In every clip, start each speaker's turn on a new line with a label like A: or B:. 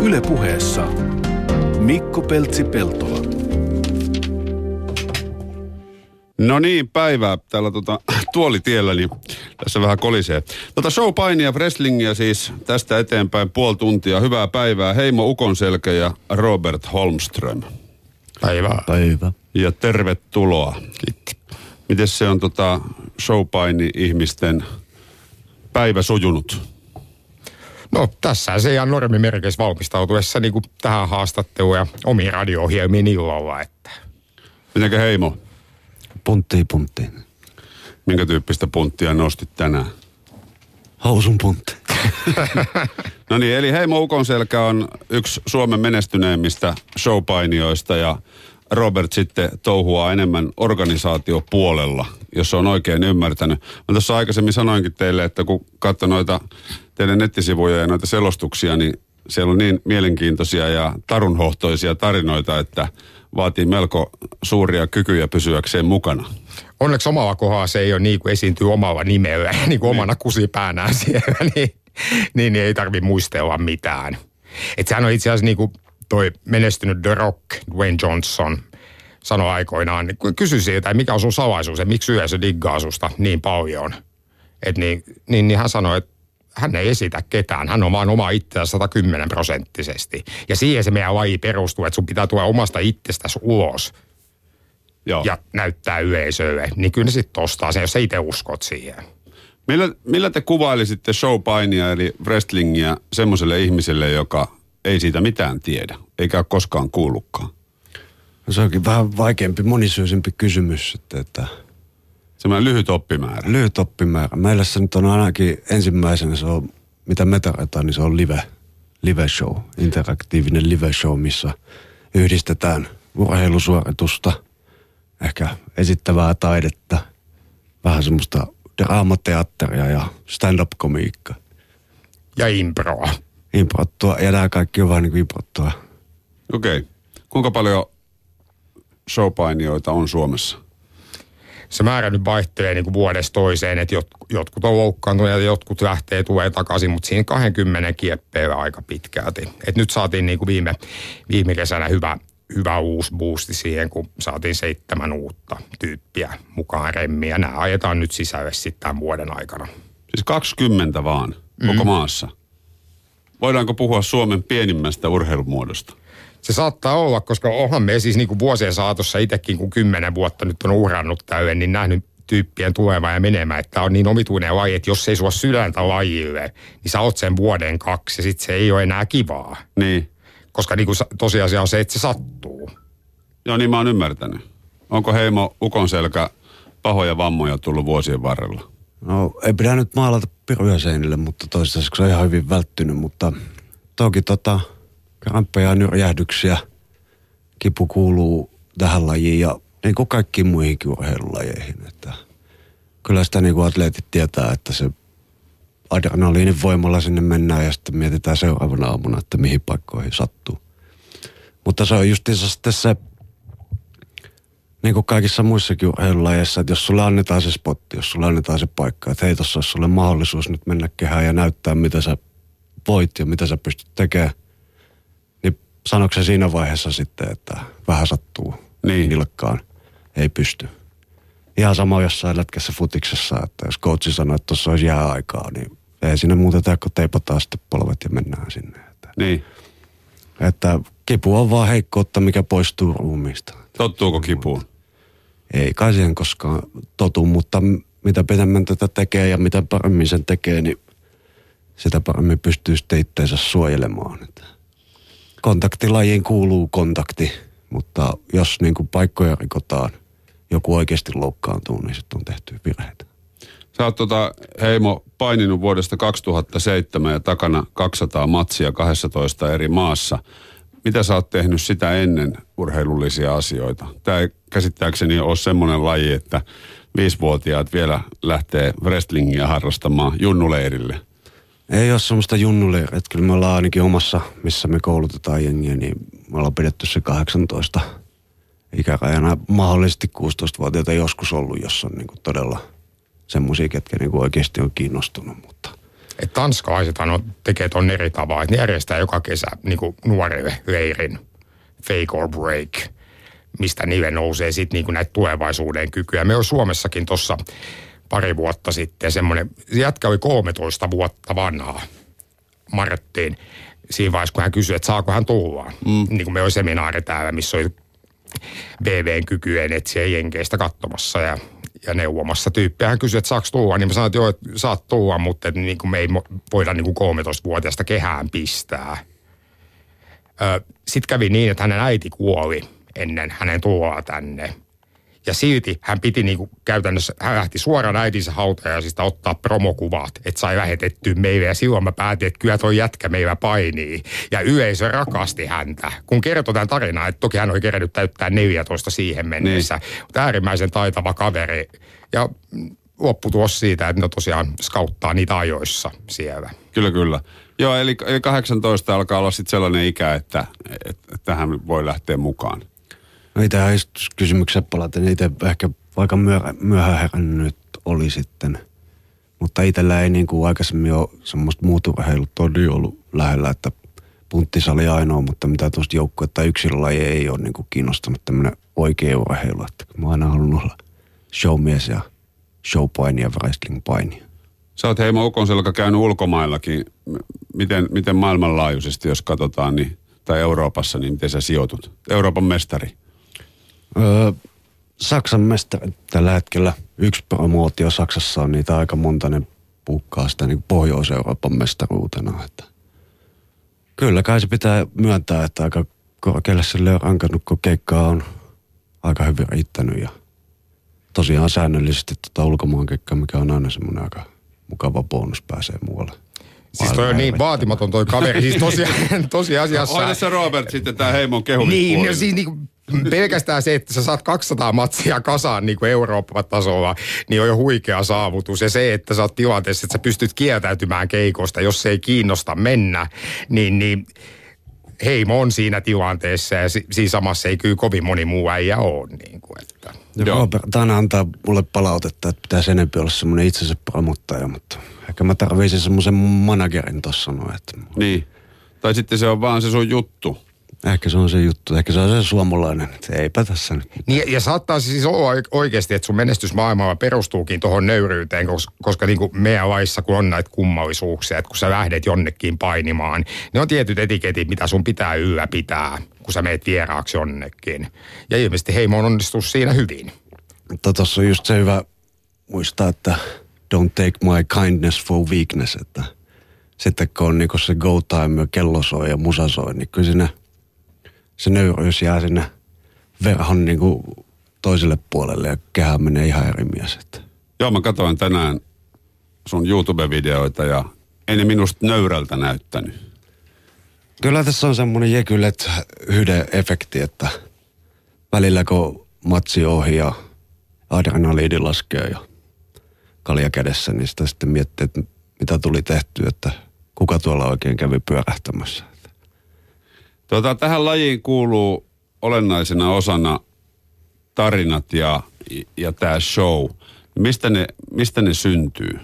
A: Yle Puheessa Mikko Peltsi-Peltola.
B: No niin, päivää täällä tuolitiellä, niin tässä vähän kolisee. Showpainia, wrestlingia siis tästä eteenpäin puoli tuntia. Hyvää päivää. Heimo Ukonselkä ja Robert Holmström.
C: Päivää.
D: Päivä.
B: Ja tervetuloa.
C: Kiitos.
B: Miten se on showpaini-ihmisten päivä sujunut?
C: No tässä se ihan normimerkeissä valmistautuessa niin kuin tähän haastatteluun ja omiin radio-ohjelmiin illalla. Että.
B: Mitenkä Heimo?
D: Punttiin.
B: Minkä tyyppistä punttia nostit tänään?
D: Housun puntti.
B: No niin, eli Heimo Ukonselkä on yksi Suomen menestyneimmistä showpainijoista ja Robert sitten touhuaa enemmän organisaatiopuolella, jos on oikein ymmärtänyt. Mä tuossa aikaisemmin sanoinkin teille, että kun katson noita teidän nettisivuja ja noita selostuksia, niin siellä on niin mielenkiintoisia ja tarunhohtoisia tarinoita, että vaatii melko suuria kykyjä pysyäkseen mukana.
C: Onneksi omalla kohdalla se ei ole niin kuin esiintyy omalla nimellä, niin kuin omana kusipäänään siellä, niin ei tarvitse muistella mitään. Että sehän on itse asiassa niin kuin toi menestynyt The Rock, Dwayne Johnson, sanoi aikoinaan, niin kysyi siitä, mikä on sun salaisuus ja miksi yleisö diggaa susta niin paljon. Että niin hän sanoi, että hän ei esitä ketään, hän on vaan oma itseänsä 110%. Ja siihen se meidän laji perustuu, että sun pitää tulla omasta itsestäsi ulos.
B: Joo.
C: Ja näyttää yleisölle. Niin kyllä ne sitten ostaa sen, jos sä itse uskot siihen.
B: Millä te kuvailisitte showpainia eli wrestlingiä semmoiselle ihmiselle, joka ei siitä mitään tiedä, eikä ole koskaan kuullutkaan?
D: No se onkin vähän vaikeampi, monisyisempi kysymys, että
B: semmoinen lyhyt oppimäärä.
D: Lyhyt oppimäärä. Meillä se nyt on ainakin ensimmäisenä, se on, mitä me tarvitaan, niin se on live show, interaktiivinen live show, missä yhdistetään urheilusuoritusta, ehkä esittävää taidetta, vähän semmoista draamateatteria ja stand-up-komiikkaa.
C: Ja improa.
D: Improttua, ja nämä kaikki on vaan niin kuin improttua.
B: Okei. Kuinka paljon showpainijoita on Suomessa?
C: Se määrä nyt vaihtelee niin kuin vuodesta toiseen, että jotkut on loukkaantuneet ja jotkut tulee takaisin, mutta siinä 20 kieppeillä aika pitkälti. Et nyt saatiin niin kuin viime kesänä hyvä uusi boosti siihen, kun saatiin 7 uutta tyyppiä mukaan remmiä. Nämä ajetaan nyt sisälle sitten tämän vuoden aikana.
B: Siis 20 vaan koko maassa? Voidaanko puhua Suomen pienimmästä urheilumuodosta?
C: Se saattaa olla, koska onhan me siis niin kuin vuosien saatossa itsekin, kun 10 vuotta nyt on uhrannut tälle, niin nähnyt tyyppien tulemaan ja menemään. Että tämä on niin omituinen laji, että jos ei sua sydäntä lajille, niin sä oot sen vuoden 2 ja sitten se ei ole enää kivaa.
B: Niin.
C: Koska niin kuin tosiasia on se, että se sattuu.
B: Joo, niin mä oon ymmärtänyt. Onko Heimo Ukonselkä pahoja vammoja tullut vuosien varrella?
D: No ei pidä nyt maalata piruja seinille, mutta toistaiseksi se on ihan hyvin välttynyt, mutta toki kramppeja ja nyrjähdyksiä, kipu kuuluu tähän lajiin ja niin kuin kaikkiin muihinkin urheilulajeihin. Että kyllä sitä niin kuin atleetit tietää, että se adrenaliinin voimalla sinne mennään ja sitten mietitään seuraavana aamuna, että mihin paikkoihin sattuu. Mutta se on justiinsa sitten se, niin kuin kaikissa muissakin urheilulajeissa, että jos sulle annetaan se spotti, jos sulle annetaan se paikka, että hei, tossa olisi sulle mahdollisuus nyt mennä kehään ja näyttää, mitä sä voit ja mitä sä pystyt tekemään, niin sanoiko se siinä vaiheessa sitten, että vähän sattuu nilkkaan, ei pysty. Ihan sama jossain lätkässä futiksessa, että jos coachi sanoo, että tuossa olisi jääaikaa, niin ei siinä muuta tehdä, kun teipataan sitten polvet ja mennään sinne.
B: Niin.
D: Että kipu on vaan heikkoutta, mikä poistuu ruumiista.
B: Tottuuko kipuun?
D: Ei kai siihen koskaan totu, mutta mitä pidemmän tätä tekee ja mitä paremmin sen tekee, niin sitä paremmin pystyy sitten itteensä suojelemaan. Että kontaktilajiin kuuluu kontakti, mutta jos niin kuin paikkoja rikotaan, joku oikeasti loukkaantuu, niin sitten on tehty virheitä.
B: Sä oot Heimo paininut vuodesta 2007 ja takana 200 matsia 12 eri maassa. Mitä sä oot tehnyt sitä ennen urheilullisia asioita? Tämä ei käsittääkseni ole semmoinen laji, että 5-vuotiaat vielä lähtee wrestlingiä harrastamaan junnuleirille.
D: Ei ole semmoista junnuleiria. Kyllä me ollaan ainakin omassa, missä me koulutetaan jengiä, niin me ollaan pidetty se 18 ikärajana. Mahdollisesti 16-vuotiaita joskus ollut, jos on niin kuin todella semmoisia, ketkä niin kuin oikeasti on kiinnostunut. Mutta
C: Et tanskalaisethan tekee ton eri tavalla, että ne järjestää joka kesä niin kuin nuorille leirin Fake or Break, mistä niille nousee sitten niin näitä tulevaisuuden kykyjä. Me on Suomessakin tuossa pari vuotta sitten semmoinen, jätkä oli 13 vuotta vanhaa, Martin, siinä vaiheessa, kun hän kysyi, että saako hän tulla. Niin kuin me oli seminaari täällä, missä oli BVn kykyjen etsiä jenkeistä katsomassa ja neuvomassa tyyppiä. Hän kysyi, että saako tulla, niin mä sanoin, että joo, että saat tulla, mutta että niin kuin me ei voida niin kuin 13-vuotiaasta kehään pistää. Sitten kävi niin, että hänen äiti kuoli ennen hänen tuloa tänne. Ja silti hän piti niinku käytännössä, hän lähti suoraan äitinsä hautajaisista ottaa promokuvat, että sai lähetettyä meille. Ja silloin mä päätin, että kyllä toi jätkä meillä painii. Ja yleisö rakasti häntä. Kun kertoi tämän tarinaa, että toki hän oli kerennyt täyttää 14 siihen mennessä. Niin. Mutta äärimmäisen taitava kaveri. Ja lopputulos siitä, että ne tosiaan skauttaa niitä ajoissa siellä.
B: Kyllä. Joo, eli 18 alkaa olla sitten sellainen ikä, että tähän voi lähteä mukaan.
D: No itsehän kysymyksen palata, niin itse ehkä aika myöhään herännyt oli sitten. Mutta itsellä ei niin kuin aikaisemmin ole semmoista muuturheilutodua ollut lähellä, että punttisali ainoa, mutta mitä tuosta joukkuetta tai yksilölaji ei ole niin kuin kiinnostanut tämmöinen oikea urheilu. Että mä oon aina halunnut olla showmies ja showpaini ja wrestling-paini.
B: Sä oot Heimo Ukonselkä käynyt ulkomaillakin. Miten maailmanlaajuisesti, jos katsotaan, niin, tai Euroopassa, niin miten sä sijoitut? Euroopan mestari?
D: Saksan mestari tällä hetkellä. Yksi promootio Saksassa on niitä aika monta, ne puhkaa sitä niin Pohjois-Euroopan mestaruutena. Että kyllä kai se pitää myöntää, että aika korkealle sille on rankannut, kun keikkaa on aika hyvin riittänyt. Ja tosiaan säännöllisesti ulkomaan keikkaa, mikä on aina semmoinen aika mukava bonus, pääsee muualle.
C: Siis toi on niin vaatimaton toi kaveri. Siis tosiasiassa...
B: Oina sä Robert sitten tää Heimon kehumispuoli?
C: Niin, no siis niinku pelkästään se, että sä saat 200 matsia kasaan niin kuin Eurooppa-tasolla, niin on jo huikea saavutus. Ja se, että sä oot tilanteessa, että sä pystyt kieltäytymään keikosta, jos se ei kiinnosta mennä, niin Heimo on siinä tilanteessa ja siinä samassa ei kyllä kovin moni muu äijä ole. Niin kuin, että.
D: Robert aina antaa mulle palautetta, että pitäisi enemmän olla semmoinen itsensä promottaja, mutta ehkä mä tarvisin semmoisen managerin tossa noin.
B: Niin, tai sitten se on vaan se sun juttu.
D: Ehkä se on se juttu, ehkä se on se suomalainen, että eipä tässä nyt.
C: Niin, ja saattaa siis olla oikeasti, että sun menestys maailmalla perustuukin tuohon nöyryyteen, koska niin kuin meidän laissa, kun on näitä kummallisuuksia, että kun sä lähdet jonnekin painimaan, niin on tietyt etiketit, mitä sun pitää ylläpitää, kun sä meet vieraaksi jonnekin. Ja ilmeisesti Heimo on onnistunut siinä hyvin.
D: Mutta tuossa on just se hyvä muistaa, että don't take my kindness for weakness, että sitten kun on niinku se go time ja kello soi ja musa soi, niin kyllä siinä se nöyryys jää sinne verhon niinku toiselle puolelle ja kehä menee ihan eri mies.
B: Joo, mä katsoin tänään sun YouTube-videoita ja ei ne minusta nöyrältä näyttänyt.
D: Kyllä tässä on semmoinen jekylet hyde-efekti, että välillä kun matsi ohi ja adrenaliini laskee ja kalja kädessä, niin sitä sitten miettii, että mitä tuli tehtyä, että kuka tuolla oikein kävi pyörähtämässä.
B: Tähän lajiin kuuluu olennaisena osana tarinat ja tämä show. Mistä ne syntyy?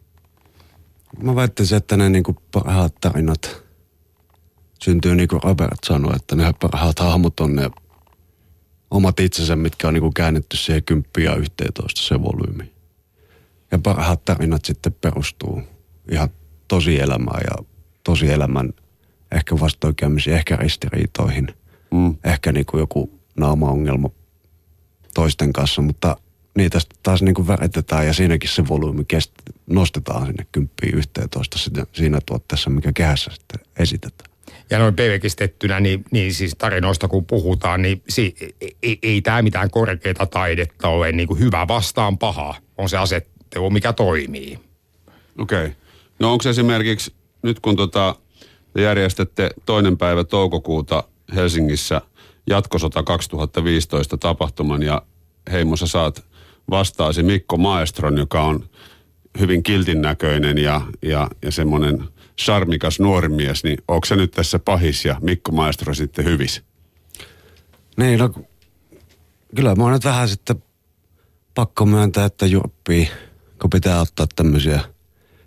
D: Mä väittäisin, että ne niinku parhaat tarinat syntyy niin kuin Robert sanoi, että ne parhaat hahmot on ne omat itsensä, mitkä on niinku käännetty siihen 10 ja 11 se volyymi. Ja parhaat tarinat sitten perustuu ihan tosielämään ja tosielämän ehkä vastoinkäymisiin, ehkä ristiriitoihin, ehkä niinku joku naamaongelma toisten kanssa, mutta niitä taas niinku väritetään ja siinäkin se volyymi nostetaan sinne 10-11 siinä tuotteessa, mikä kehässä sitten esitetään.
C: Ja noin pelkistettynä, niin siis tarinoista kun puhutaan, niin ei tämä mitään korkeata taidetta ole, niin kuin hyvä vastaan paha on se asettelu, mikä toimii. Okei.
B: No onko esimerkiksi nyt kun te järjestätte 2. päivä toukokuuta Helsingissä Jatkosota 2015 tapahtuman ja Heimo sä saat vastaasi Mikko Maestron, joka on hyvin kiltin näköinen ja semmoinen charmikas nuori mies, niin onko se nyt tässä pahis ja Mikko Maestro sitten hyvis?
D: Niin, no kyllä mä oon nyt vähän sitten pakko myöntää, että jurppii, kun pitää ottaa tämmöisiä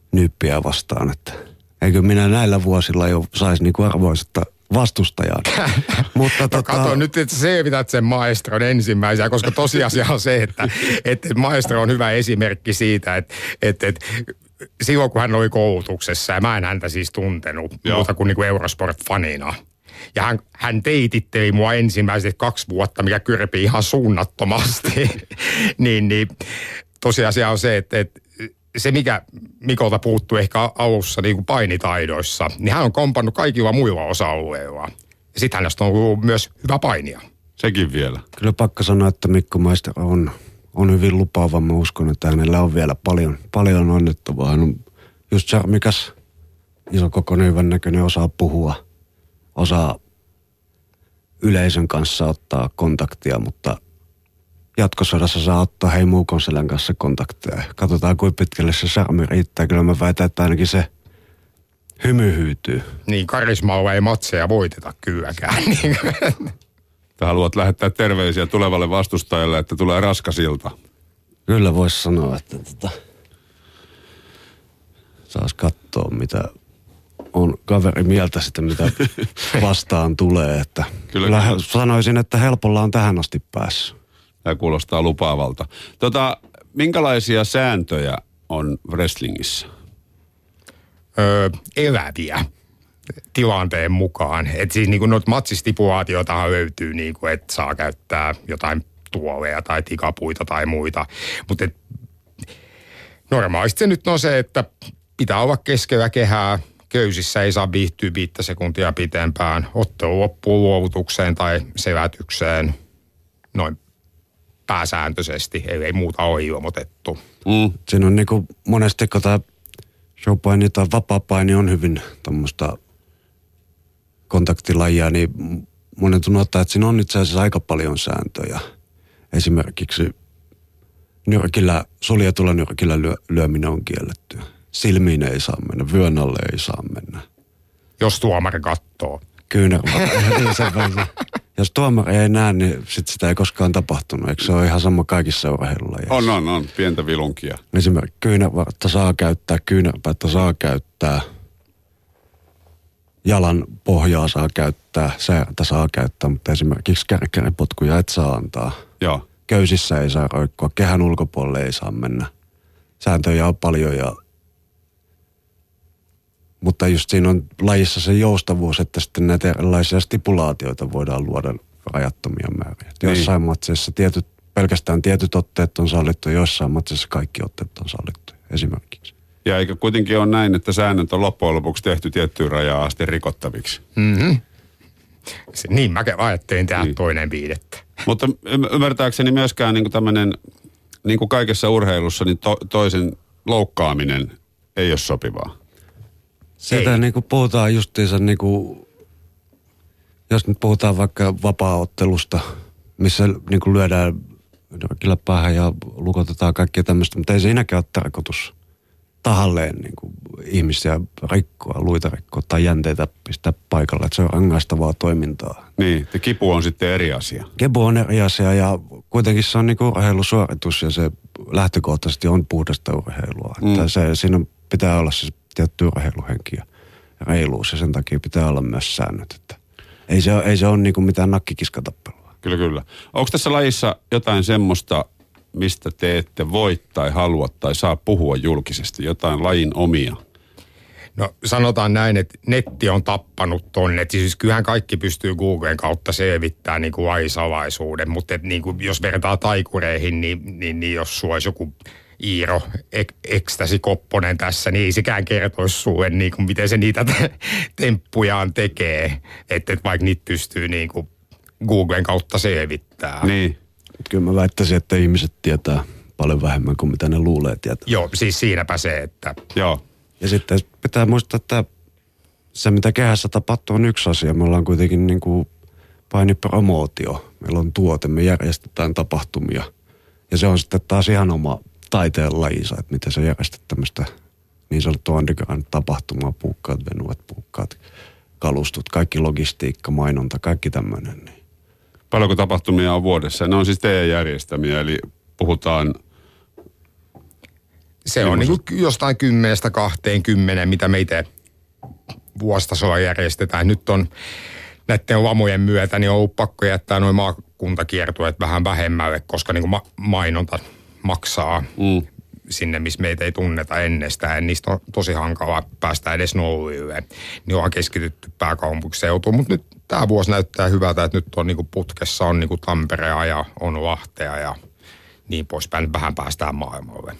D: nyyppiä vastaan, että eikö minä näillä vuosilla jo saisi niinku arvoisetta vastustajaa. Mutta
C: kato nyt, että selvität sen maestron ensimmäisenä, koska tosiasia on se, että maestro on hyvä esimerkki siitä, että silloin kun hän oli koulutuksessa, ja mä en häntä siis tuntenut muuta kuin niinku Eurosport-fanina. Ja hän teititteli mua ensimmäiset 2 vuotta, mikä kyrpii ihan suunnattomasti. niin tosiasia on se, että se mikä Mikolta puuttuu ehkä alussa niin kuin painitaidoissa, niin hän on kompannut kaikilla muilla osa-alueilla. Ja sitten hänestä on ollut myös hyvä painia.
B: Sekin vielä.
D: Kyllä pakko sanoa, että Mikko Maistero on hyvin lupaava. Mä uskon, että hänellä on vielä paljon annettavaa. Hän on just charmikas, isokokoinen, hyvän näköinen, osaa puhua, osaa yleisön kanssa ottaa kontaktia, mutta jatkosodassa saa ottaa Muukonselän kanssa kontakteja. Katsotaan, kuinka pitkälle se charmi riittää. Kyllä mä väitän, että ainakin se hymy hyytyy.
C: Niin, karismalla ei matseja voiteta kylläkään.
B: Sä haluat lähettää terveisiä tulevalle vastustajalle, että tulee raskas ilta.
D: Kyllä voisi sanoa, että saas katsoa, mitä on kaveri mieltä sitten, mitä vastaan tulee. Että kyllä sanoisin, että helpolla on tähän asti päässyt.
B: Tämä kuulostaa lupaavalta. Minkälaisia sääntöjä on wrestlingissä?
C: Eläviä tilanteen mukaan. Että siis niin kuin noita matsistipulaatioitahan löytyy, niin kuin, että saa käyttää jotain tuoleja tai tikapuita tai muita. Mutta normaalisti se nyt on se, että pitää olla keskellä kehää. Köysissä ei saa viihtyä 5 sekuntia pitempään. Ottelu loppuu luovutukseen tai selätykseen. Noin pääsääntöisesti, ei muuta ole ilmoitettu.
D: Siinä on niinku monesti, kun tämä showpaini tai vapaapaini on hyvin tämmöistä kontaktilajia, niin monen tuntuu ottaa, että siinä on itse asiassa aika paljon sääntöjä. Esimerkiksi suljetulla nyrkillä lyöminen on kiellettyä. Silmiin ei saa mennä, vyön alle ei saa mennä.
C: Jos tuomari katsoo.
D: Jos tuomari ei näe, niin sitä ei koskaan tapahtunut. Eikö se ole ihan sama kaikissa urheilulajeissa?
B: On. Pientä vilunkia.
D: Esimerkiksi kyynärvartta saa käyttää, kyynärpäätä saa käyttää, jalan pohjaa saa käyttää, säärtä saa käyttää, mutta esimerkiksi kärkkäripotkuja et saa antaa.
B: Joo.
D: Köysissä ei saa roikkua, kehän ulkopuolelle ei saa mennä. Sääntöjä on paljon mutta just siinä on lajissa se joustavuus, että sitten näitä erilaisia stipulaatioita voidaan luoda rajattomia määriä. Niin. Jossain matseissa pelkästään tietyt otteet on sallittu, jossain matseissa kaikki otteet on sallittu esimerkiksi.
B: Ja eikä kuitenkin ole näin, että säännöt on loppujen lopuksi tehty tiettyyn rajaan asti rikottaviksi.
C: Mm-hmm. Niin mä ajattelin tehdä niin. 2.5.
B: Mutta ymmärtääkseni myöskään niin kuin tämmöinen, niin kuin kaikessa urheilussa, niin toisen loukkaaminen ei ole sopivaa.
D: Sitä niinku puhutaan justiinsa niinku, jos nyt puhutaan vaikka vapaa-ottelusta, missä niinku lyödään nyrkillä päähän ja lukotetaan kaikkea tämmöistä, mutta ei siinäkään ole tarkoitus tahalleen niinku ihmisiä rikkoa, luita rikkoa tai jänteitä pistää paikalle, että se on rangaistavaa toimintaa.
B: Niin, ja kipu on sitten eri asia.
D: Kipu on eri asia ja kuitenkin se on niinku urheilusuoritus ja se lähtökohtaisesti on puhdasta urheilua. Että siinä pitää olla se tietty urheiluhenki ja reiluus ja sen takia pitää olla myös säännöt. Että ei se ole niinku mitään nakkikiskatappelua.
B: Kyllä. Onko tässä lajissa jotain semmoista, mistä te ette voi tai halua tai saa puhua julkisesti? Jotain lajin omia?
C: No sanotaan näin, että netti on tappanut tonne. Siis kyllähän kaikki pystyy Googlen kautta selvittämään niin kuin lajisalaisuuden, mutta niin kuin, jos vertaa taikureihin, niin jos sulla olisi joku Iiro Ekstasi Kopponen tässä, niin ei sekään kertoisi sulle, niin kuin, miten se niitä temppujaan tekee. Että vaikka niitä pystyy niin kuin Googlen kautta selvittämään.
B: Niin.
D: Kyllä mä väittäisin, että ihmiset tietää paljon vähemmän kuin mitä ne luulee tietää.
C: Joo, siis siinäpä se, että...
B: Joo.
D: Ja sitten pitää muistaa, että se mitä kehässä tapahtuu on yksi asia. Me ollaan kuitenkin niin kuin painipromootio. Meillä on tuote, me järjestetään tapahtumia. Ja se on sitten taas ihan oma taiteen lajinsa, että miten sä järjestät tämmöistä niin sanottua underground-tapahtumaa, puukkaat, venuat, puukkaat, kalustut, kaikki logistiikka, mainonta, kaikki tämmöinen. Niin.
B: Paljonko tapahtumia on vuodessa? Ne on siis teidän järjestämiä, eli puhutaan
C: Se on niin kuin jostain 10-20, mitä me itse vuositasolla järjestetään. Nyt on näiden lamojen myötä niin on ollut pakko jättää noin maakuntakiertueet vähän vähemmälle, koska niin kuin mainonta maksaa sinne, missä meitä ei tunneta ennestään. Niistä on tosi hankala päästä edes nollille. Niin on keskitytty pääkaupunkiseutuun, mutta nyt tämä vuosi näyttää hyvältä, että nyt on niin kuin putkessa on niin kuin Tamperea ja on Lahtea ja niin poispäin. Vähän päästään maailmalle.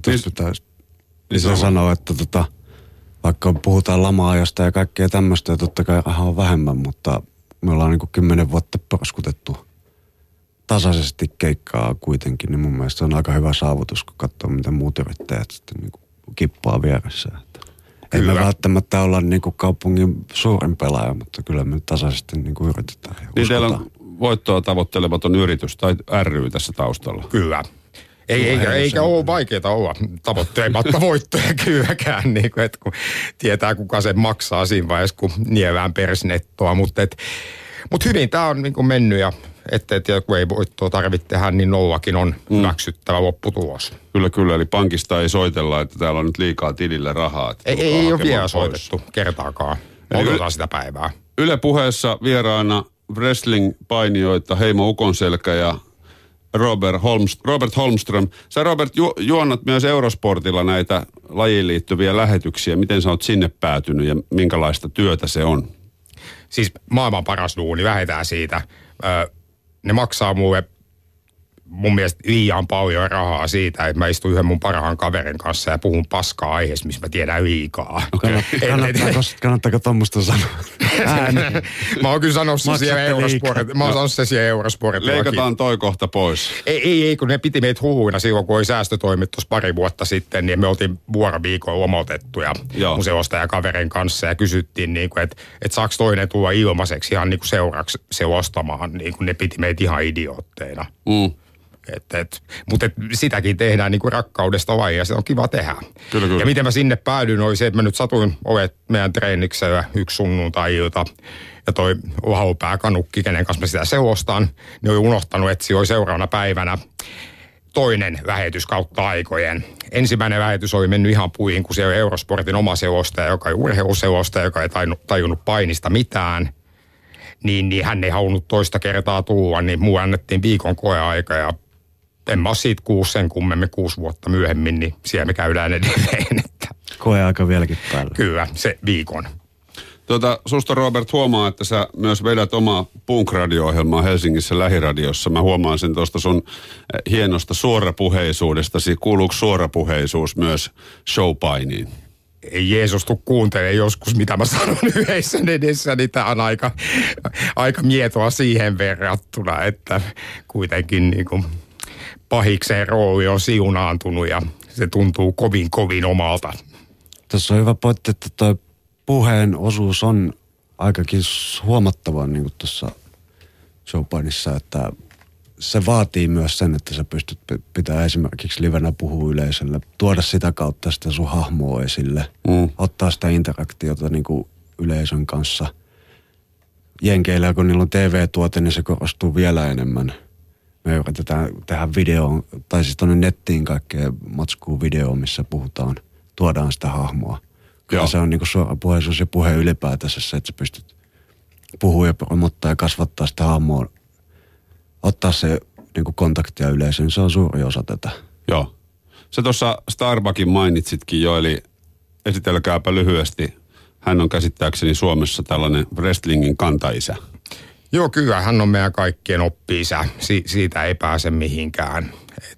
D: Lisä sanoo, että vaikka puhutaan lama-ajasta ja kaikkea tämmöistä, ja totta kai rahaa on vähemmän, mutta me ollaan niin kuin 10 vuotta porskutettu tasaisesti keikkaa kuitenkin, niin mun mielestä se on aika hyvä saavutus, kun katsoo, miten muut yrittäjät sitten niin kuin kippaa vieressä. Ei me välttämättä olla niin kuin kaupungin suurin pelaaja, mutta kyllä me tasaisesti niin kuin yritetään.
B: Niin teillä on voittoa tavoittelematon yritys tai ry tässä taustalla.
C: Kyllä. Eikä ole vaikeaa olla tavoitteematta voittoja kylläkään, niin kuin, että kun tietää kuka sen maksaa siinä vaiheessa, kun nievään persnettoa. Mutta hyvin tämä on niin kuin mennyt ja kun ei voittoa tarvitse tehdä, niin nollakin on hyväksyttävä lopputulos.
B: Kyllä, eli pankista ei soitella, että täällä on nyt liikaa tilille rahaa.
C: Ei ole vielä soitettu kertaakaan. Odotetaan sitä päivää.
B: Yle Puheessa vieraana wrestling-painijoita Heimo Ukonselkä ja Robert Holmström. Sä Robert juonnat myös Eurosportilla näitä lajiin liittyviä lähetyksiä. Miten sä oot sinne päätynyt ja minkälaista työtä se on?
C: Siis maailman paras duuni, vähetään siitä. Ne maksaa mulle mun mielestä liian paljon rahaa siitä, että mä istun yhden mun parhaan kaverin kanssa ja puhun paskaa aiheesta, missä mä tiedän liikaa. Okay.
D: Kannattaako tuommoista sanoa?
C: Mä oon kyllä sanonut se siellä Eurosportilla. Mä oon sanonut se siellä Eurosportilla.
B: Leikataan toi kohta pois.
C: Ei, kun ne piti meitä huhuina silloin, kun oli säästötoimit tuossa pari vuotta sitten, niin me oltiin vuoroviikoin lomautettuja museosta ja kaverin kanssa ja kysyttiin, niin kuin, että saako toinen tulla ilmaiseksi ihan niin kuin seuraksi selostamaan, niin kuin ne piti meitä ihan idiootteina. Mutta sitäkin tehdään niin kuin rakkaudesta vai ja se on kiva tehdä.
B: Kyllä.
C: Ja miten mä sinne päädyin oli se, että mä nyt satuin olemaan meidän treeniksellä yksi sunnuntai-ilta. Ja toi lahopää Kanukki, kenen kanssa mä sitä selostan, niin oli unohtanut, että oli seuraavana päivänä toinen lähetys kautta aikojen. Ensimmäinen lähetys oli mennyt ihan puihin, kun siellä oli Eurosportin oma selostaja, joka ei urheiluselostaja, joka ei tajunnut painista mitään. Niin hän ei halunnut toista kertaa tulla, niin muu annettiin viikon koeaika ja en mä ole siitä sen kummemmin 6 vuotta myöhemmin, niin siellä me käydään edelleen. Että
D: koeaika vieläkin päällä.
C: Kyllä, se viikon.
B: Susta Robert huomaa, että sä myös vedät omaa punk-radio-ohjelmaa Helsingissä Lähiradiossa. Mä huomaan sen tuosta sun hienosta suorapuheisuudestasi. Kuuluuko suorapuheisuus myös showpainiin?
C: Ei Jeesus tuu kuuntele joskus, mitä mä sanon yleisön edessä, niin tää on aika mietoa siihen verrattuna, että kuitenkin niin kuin pahikseen rooli on siunaantunut ja se tuntuu kovin omalta.
D: Tässä on hyvä pointti, että toi puheen osuus on aikakin huomattava niin kuin tuossa showpainissa, että se vaatii myös sen, että sä pystyt pitää esimerkiksi livenä puhua yleisölle, tuoda sitä kautta sitä sun hahmoa esille, ottaa sitä interaktiota niin kuin yleisön kanssa. Jenkeillä, kun niillä on TV-tuote, niin se korostuu vielä enemmän. Me yritetään tehdä videoon, tai siis tuonne nettiin kaikkea matskua videoa, missä puhutaan, tuodaan sitä hahmoa. Kyllä se on niin kuin suorapuheisuus ja puhe ylipäätänsä se, että sä pystyt puhua ja promottaa ja kasvattaa sitä hahmoa. Ottaa se niin kuin kontaktia yleisöön, se on suuri osa tätä.
B: Joo. Sä tuossa Starbuckin mainitsitkin jo, eli esitelkääpä lyhyesti. Hän on käsittääkseni Suomessa tällainen wrestlingin kantaisä.
C: Joo, kyllä. Hän on meidän kaikkien oppi-isä. Siitä ei pääse mihinkään.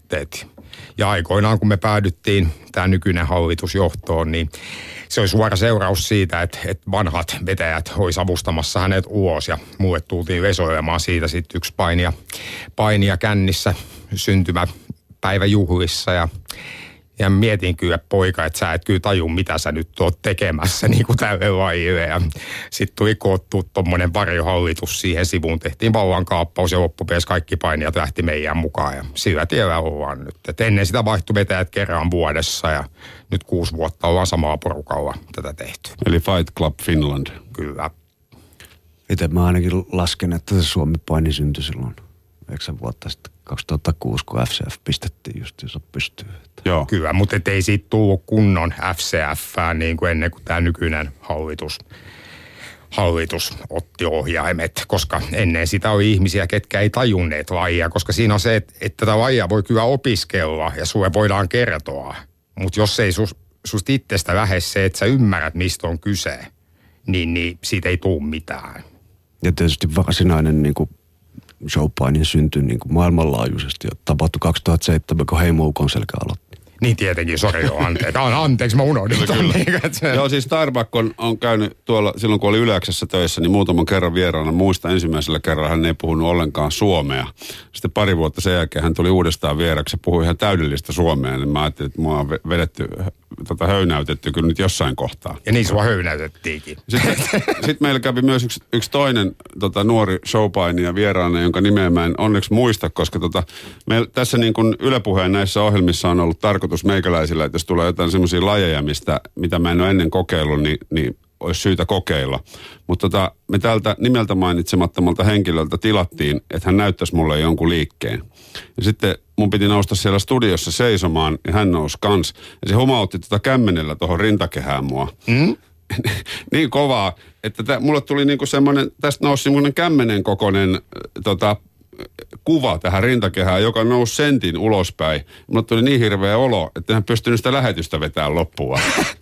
C: Ja aikoinaan, kun me päädyttiin tämä nykyinen hallitusjohtoon, niin se oli suora seuraus siitä, että vanhat vetäjät olisi avustamassa hänet ulos ja mulle tultiin vesoilemaan siitä sitten yksi painija kännissä syntymäpäiväjuhlissa ja mietin kyllä poika, että sä et kyllä taju, mitä sä nyt oot tekemässä niin kuin tälle lajille. Ja sitten tuli koottu tommonen varjohallitus siihen sivuun, tehtiin vallankaappaus ja loppupeleissä kaikki painijat lähti meidän mukaan ja sillä tiellä ollaan nyt. Et ennen sitä vaihtui vetäjät kerran vuodessa ja nyt 6 vuotta ollaan samaa porukalla tätä tehty.
B: Eli Fight Club Finland.
C: Kyllä.
D: Itse mä ainakin lasken, että se Suomi paini syntyi silloin 9 vuotta sitten. 2006, kun FCF pistettiin justiinsa pystyyn.
B: Joo.
C: Kyllä, mutta ei siitä tullut kunnon FCF:ää niin kuin ennen kuin tämä nykyinen hallitus otti ohjaimet, koska ennen sitä oli ihmisiä, ketkä ei tajunneet lajia, koska siinä on se, että tätä lajia voi kyllä opiskella ja sulle voidaan kertoa, mutta jos ei susta itsestä lähde se, että sä ymmärrät, mistä on kyse, niin siitä ei tule mitään.
D: Ja tietysti varsinainen niin kuin showpainin syntyi niin kuin maailmanlaajuisesti. Tapahtui 2007, kun Heimo Ukonselkä aloitti.
C: Niin tietenkin, sori anteeksi, mä unohdin ton.
B: Joo, siis Starbuck on käynyt tuolla, silloin kun oli Yleäksessä töissä, niin muutaman kerran vieraana. Muista ensimmäisellä kerralla hän ei puhunut ollenkaan suomea. Sitten pari vuotta sen jälkeen hän tuli uudestaan vieraksi ja puhui ihan täydellistä suomea. Niin mä ajattelin, että mua on vedetty, höynäytetty kyllä nyt jossain kohtaa.
C: Ja niin sua höynäytettiinkin.
B: Sitten meillä kävi myös yksi toinen nuori showpainija vieraana, jonka nimeä mä en onneksi muista, koska meillä tässä niin kuin Yle Puheen näissä ohjelmissa on ollut tarkoitus meikäläisillä, että jos tulee jotain semmoisia lajeja, mitä mä en ole ennen kokeillut, niin olisi syytä kokeilla. Mutta me täältä nimeltä mainitsemattomalta henkilöltä tilattiin, että hän näyttäisi mulle jonkun liikkeen. Ja sitten mun piti nousta siellä studiossa seisomaan, ja hän nousi kans. Ja se humautti kämmenellä tuohon rintakehään mua. Niin kovaa, että mulle tuli niinku semmoinen, tästä nousi semmoinen kämmenen kokoinen kuva tähän rintakehään, joka nousi sentin ulospäin. Mulle tuli niin hirveä olo, että en pystynyt sitä lähetystä vetämään loppuun.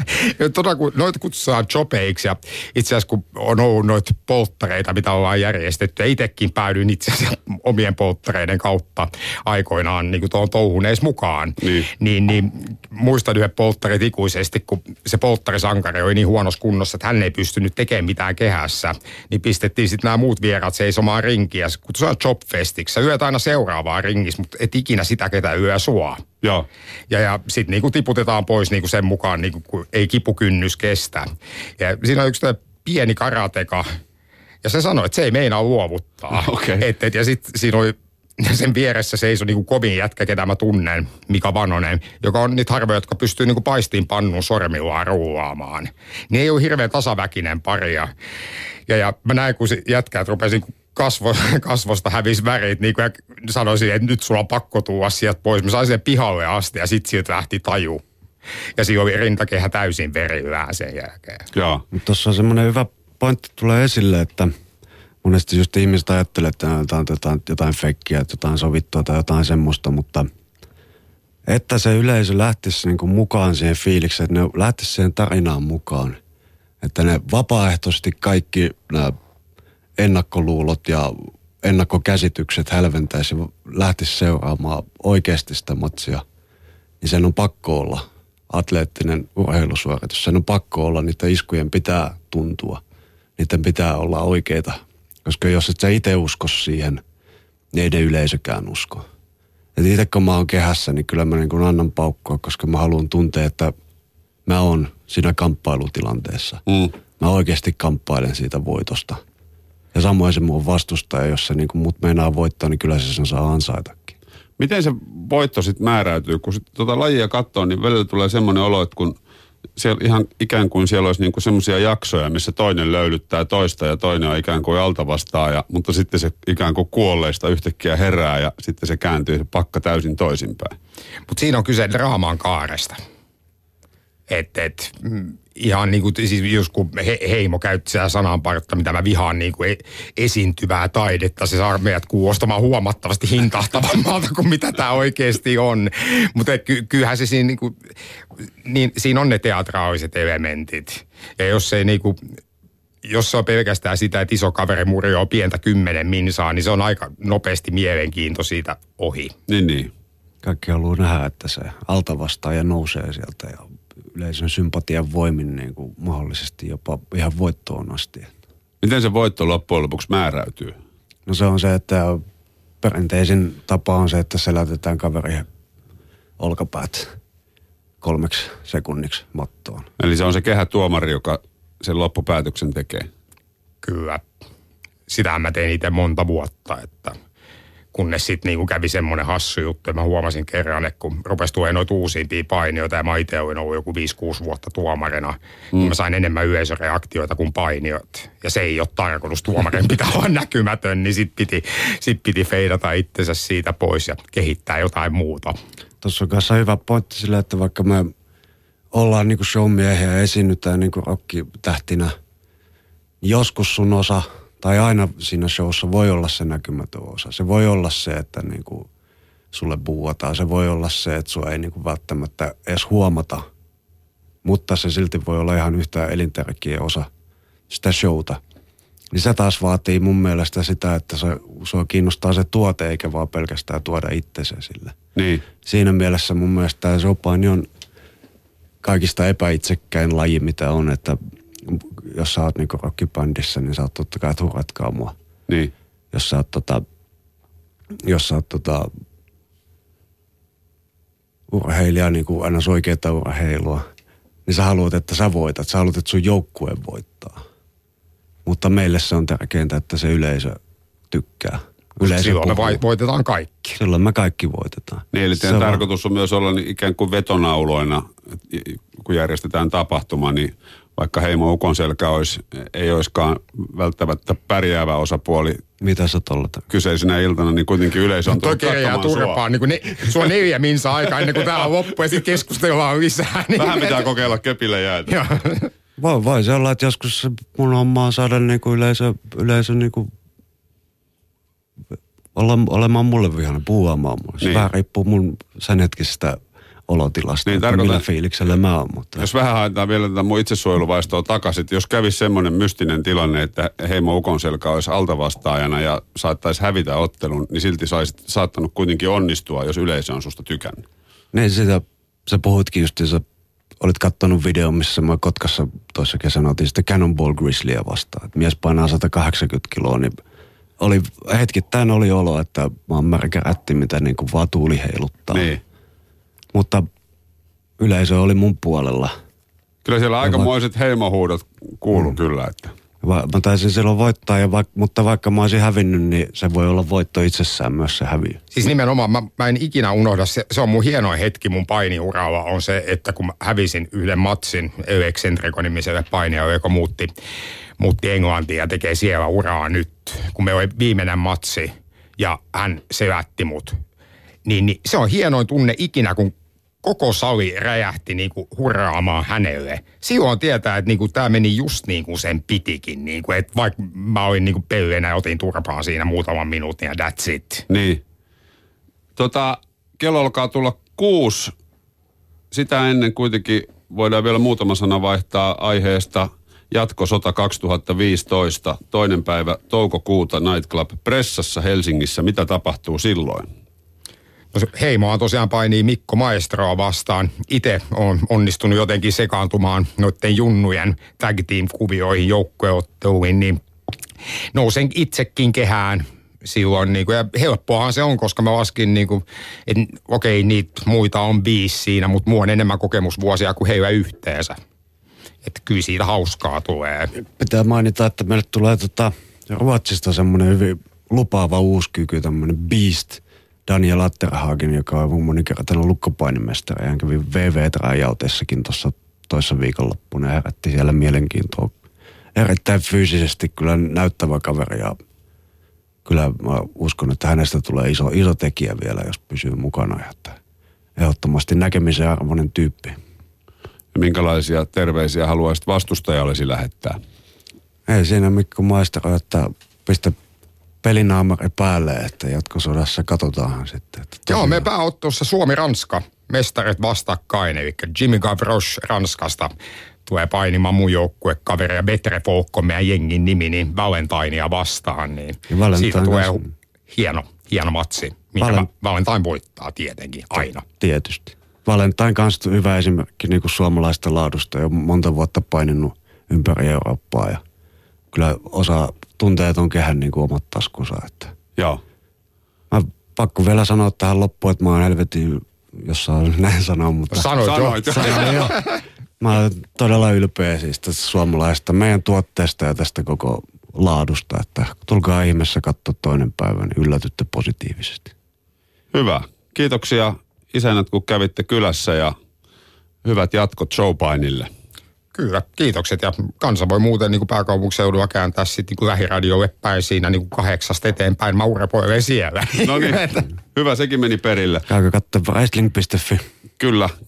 C: Kun noita kutsutaan jobeiksi ja itse asiassa kun on ollut noita polttareita, mitä ollaan järjestetty ja itsekin päädyin itse asiassa omien polttareiden kautta aikoinaan niin kuin tuohon touhuneis mukaan. Niin muistan yhden polttarit ikuisesti, kun se polttarisankari oli niin huonossa kunnossa, että hän ei pystynyt tekemään mitään kehässä, niin pistettiin sitten nämä muut vieraat seisomaan rinkiä. Kutsutaan jobfestiksi. Sä yöt aina seuraavaa ringissä, mutta et ikinä sitä, ketä yö sua.
B: Joo.
C: Ja sitten niinku tiputetaan pois niinku sen mukaan, niinku, kun ei kipukynnys kestä. Ja siinä on yksi pieni karateka, ja se sanoi, että se ei meinaa luovuttaa.
B: Okay.
C: Ja sitten siinä oli sen vieressä seisoi niinku kovin jätkä, ketä mä tunnen, Mika Vanonen, joka on niitä harvoja, jotka pystyy niinku paistinpannun sormillaan rullaamaan. Niin ei ole hirveän tasaväkinen pari. Ja mä näin, kun jätkät rupesi kasvosta hävisi värit, niin kuin sanoisin, että nyt sulla on pakko tulla sieltä pois. Mä sain sen pihalle asti ja sitten sieltä lähti taju. Ja siinä oli rintakehä täysin verillään sen jälkeen.
B: Joo.
D: Tuossa on semmoinen hyvä pointti tulee esille, että monesti just ihmiset ajattelee, että on jotain fekkiä, että jotain sovittua tai jotain semmoista, mutta että se yleisö lähtisi niinku mukaan siihen fiilikseen, että ne lähtisi siihen tarinaan mukaan. Että ne vapaaehtoisesti kaikki nämä ennakkoluulot ja ennakkokäsitykset hälventäisi ja lähtisi seuraamaan oikeasti sitä matsia, niin sen on pakko olla atleettinen urheilusuoritus. Sen on pakko olla, niiden iskujen pitää tuntua. Niiden pitää olla oikeita. Koska jos et sä itse usko siihen, niin ei ne yleisökään usko. Et itse kun mä oon kehässä, niin kyllä mä niin kuin annan paukkua, koska mä haluan tuntea, että mä oon siinä kamppailutilanteessa. Mä oikeasti kamppailen siitä voitosta. Ja samoin se mun vastustaja, jos se niin kuin mut meinaa voittaa, niin kyllä se sen saa ansaitakin.
B: Miten se voitto sitten määräytyy? Kun lajia katsoo, niin välillä tulee semmoinen olo, että kun siellä ihan ikään kuin siellä olisi niinku semmoisia jaksoja, missä toinen löylyttää toista ja toinen on ikään kuin altavastaaja, mutta sitten se ikään kuin kuolleista yhtäkkiä herää ja sitten se kääntyy se pakka täysin toisinpäin.
C: Mutta siinä on kyse draaman kaaresta. Ihan niin kuin, siis just kun Heimo käytti sitä sananpartta, mitä mä vihaan niin kuin esiintyvää taidetta, se saa meidät kuulostamaan huomattavasti hintahtavammalta kuin mitä tämä oikeasti on. Mutta kyllähän se siinä, niin siinä on ne teatraaliset elementit. Ja jos ei niin kuin, jos se on pelkästään sitä, että iso kaveri murjoo pientä 10 minsaa, niin se on aika nopeasti mielenkiinto siitä ohi.
B: Niin.
D: Kaikki haluaa nähdä, että se altavastaaja nousee sieltä ja yleisön sympatian voimin niin kuin mahdollisesti jopa ihan voittoon asti.
B: Miten se voitto loppujen lopuksi määräytyy?
D: No se on se, että perinteisin tapa on se, että selätetään kaverin olkapäät 3 sekunniksi mattoon.
B: Eli se on se kehätuomari, joka sen loppupäätöksen tekee?
C: Kyllä. Sitähän mä tein itse monta vuotta, että kunnes sitten niinku kävi semmoinen hassu juttu, mä huomasin kerran, että kun rupesi tulee noita uusimpia painijoita, ja mä itse olin ollut joku 5-6 vuotta tuomarina, niin mä sain enemmän yleisöreaktioita kuin painijoita. Ja se ei ole tarkoitus, tuomarin pitää olla näkymätön, niin sit piti feidata itsensä siitä pois ja kehittää jotain muuta.
D: Tuossa on kanssa hyvä pointti sille, että vaikka me ollaan niinku showmiehiä ja esiinnytään niinku rockitähtinä, niin joskus sun osa, tai aina siinä showssa voi olla se näkymätön osa. Se voi olla se, että niinku sulle buuataan. Se voi olla se, että sua ei niinku välttämättä edes huomata. Mutta se silti voi olla ihan yhtä elintärkeä osa sitä showta. Niin se taas vaatii mun mielestä sitä, että sua kiinnostaa se tuote, eikä vaan pelkästään tuoda itsensä sille.
B: Niin.
D: Siinä mielessä mun mielestä tämä showpaini on kaikista epäitsekkäin laji, mitä on, että jos sä oot niinku rockibändissä, niin sä oot totta kai, että huratkaa mua.
B: Niin.
D: Jos sä oot urheilija, niin kuin aina oikeeta urheilua, niin sä haluat, että sä voitat. Sä haluat, että sun joukkue voittaa. Mutta meille se on tärkeintä, että se yleisö tykkää.
C: Silloin me voitetaan kaikki.
D: Silloin me kaikki voitetaan.
B: Niin, eli teidän tarkoitus on myös olla ikään kuin vetonauloina, kun järjestetään tapahtuma, niin vaikka Heimo Ukonselkä ei olisikaan välttämättä pärjäävä osapuoli.
D: Mitä sä tollata?
B: Kyseisenä iltana, niin kuitenkin yleisö on tullut katsomaan
C: turpaan, sua 4 minsa aikaa ennen kuin tää on loppu ja sitten keskustellaan lisää. Niin.
B: Vähän pitää kokeilla kepille jäätä.
D: Voi se olla, että joskus mun homma on saada niinku yleisö niinku olemaan mulle vihainen, puhuamaan mulle. Se vähän riippuu mun sen hetkisestä olotilasta, niin, millä fiiliksellä mä oon. Mutta
B: jos vähän haetaan vielä tätä mun itsesuojeluvaistoa takaisin, jos kävisi semmoinen mystinen tilanne, että Heimo Ukonselkä olisi altavastaajana ja saattaisi hävitä ottelun, niin silti saisit saattanut kuitenkin onnistua, jos yleisö on susta tykännyt.
D: Niin sitä, sä puhuitkin just, sä olit kattonut videon, missä mä Kotkassa toissa kesänä otin sitä Cannonball Grizzlyä vastaan. Et mies painaa 180 kiloa, niin hetkittäin oli olo, että mä oon märkä rätti, mitä niin kuin vaan tuuli heiluttaa.
B: Niin.
D: Mutta yleisö oli mun puolella.
B: Kyllä siellä aikamoiset heimohuudot kuuluu kyllä, että
D: Mä taisin silloin voittaa, mutta vaikka mä olisin hävinnyt, niin se voi olla voitto itsessään myös se häviö.
C: Siis nimenomaan, mä en ikinä unohda, se on mun hienoin hetki mun painiuralla, on se, että kun mä hävisin yhden matsin Eccentrico-nimiselle painijalle, joka muutti Englantiin ja tekee siellä uraa nyt, kun me oli viimeinen matsi ja hän selätti mut. Niin se on hienoin tunne ikinä, kun koko sali räjähti niinku hurraamaan hänelle. Silloin tietää, että niinku tämä meni just niin kuin sen pitikin. Niinku, että vaikka mä olin niinku pellenä ja otin turpaan siinä muutaman minuutin ja that's it.
B: Niin. Kello alkaa tulla 6. Sitä ennen kuitenkin voidaan vielä muutama sana vaihtaa aiheesta Jatkosota 2015. 2. päivä toukokuuta Nightclub Pressassa Helsingissä. Mitä tapahtuu silloin?
C: No, Heimoa tosiaan painii Mikko Maestroa vastaan. Itse on onnistunut jotenkin sekaantumaan noiden junnujen tag team-kuvioihin, joukkueotteluihin, niin nousen itsekin kehään silloin. Niin kuin, ja helppoahan se on, koska mä laskin, niin kuin, että okei, niitä muita on 5 siinä, mutta mulla on enemmän kokemusvuosia kuin heillä yhteensä. Että kyllä siitä hauskaa tulee.
D: Pitää mainita, että meille tulee Ruotsista semmoinen hyvin lupaava uusi kyky, tämmöinen Beast, Daniel Atterhagen, joka on monikertainen lukkopainimestari. Hän kävi VV-trajauteessakin tuossa toissa viikonloppuna ja herätti siellä mielenkiintoa. Erittäin fyysisesti kyllä näyttävä kaveri ja kyllä mä uskon, että hänestä tulee iso tekijä vielä, jos pysyy mukana. Että ehdottomasti näkemisen arvoinen tyyppi.
B: Ja minkälaisia terveisiä haluaisit vastustajallesi lähettää?
D: Ei siinä Mikko Maestro, että pistä pelinaamari päälle, että jatkosodassa katsotaanhan sitten.
C: Joo, me pääottelussa Suomi-Ranska, mestarit vastakkain, eli Jimmy Gavroche Ranskasta tulee painimaan mun joukkuekaveri ja Betre Folkko, meidän jengin nimi, niin Valentinea vastaan, niin siitä tulee hieno matsi, mitä Valentine voittaa tietenkin, aina.
D: Tietysti. Valentine kanssa hyvä esimerkki niin kuin suomalaista laadusta, jo monta vuotta paininut ympäri Eurooppaa ja kyllä tuntee ton kehän niin kuin omat taskunsa. Että.
B: Joo.
D: Mä pakko vielä sanoa tähän loppuun, että mä oon helvetin, jos saa näin sanoa, mutta
B: Sanoit
D: jo. Mä oon todella ylpeä siis tästä suomalaisesta meidän tuotteesta ja tästä koko laadusta, että tulkaa ihmeessä katsoa toinen päivä, niin yllätytte positiivisesti.
B: Hyvä. Kiitoksia isännät, kun kävitte kylässä ja hyvät jatkot showpainille.
C: Kyllä, kiitokset. Ja kansa voi muuten niin kuin pääkaupunkiseudulla kääntää sitten niin lähiradiolle päin siinä niin kuin 8 eteenpäin Maurepoille siellä.
B: No niin, hyvä, sekin meni perille.
D: Käykö katsoa wrestling.fi.
B: Kyllä,